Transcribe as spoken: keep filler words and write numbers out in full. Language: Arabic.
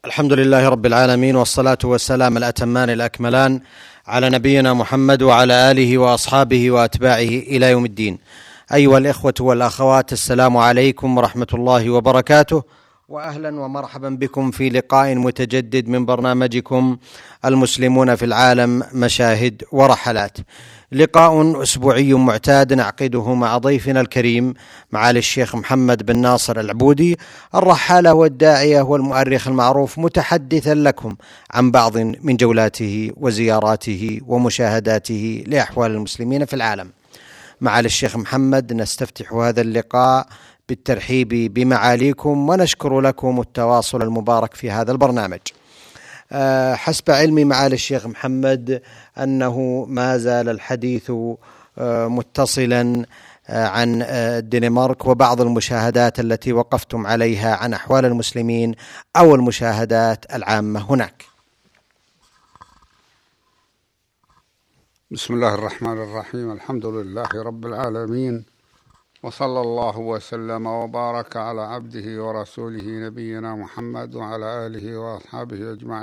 الحمد لله رب العالمين، والصلاة والسلام الأتمان الأكملان على نبينا محمد وعلى آله وأصحابه وأتباعه إلى يوم الدين. أيها الإخوة والأخوات، السلام عليكم ورحمة الله وبركاته، وأهلا ومرحبا بكم في لقاء متجدد من برنامجكم المسلمون في العالم مشاهد ورحلات. لقاء أسبوعي معتاد نعقده مع ضيفنا الكريم معالي الشيخ محمد بن ناصر العبودي، الرحالة والداعية والمؤرخ المعروف، متحدثا لكم عن بعض من جولاته وزياراته ومشاهداته لأحوال المسلمين في العالم. معالي الشيخ محمد، نستفتح هذا اللقاء بالترحيب بمعاليكم ونشكر لكم التواصل المبارك في هذا البرنامج. أه حسب علمي معالي الشيخ محمد أنه ما زال الحديث أه متصلا أه عن أه الدنمارك وبعض المشاهدات التي وقفتم عليها عن أحوال المسلمين أو المشاهدات العامة هناك. بسم الله الرحمن الرحيم. الحمد لله رب العالمين، وصلى الله وسلم وبارك على عبده ورسوله نبينا محمد وعلى آله وأصحابه أجمعين.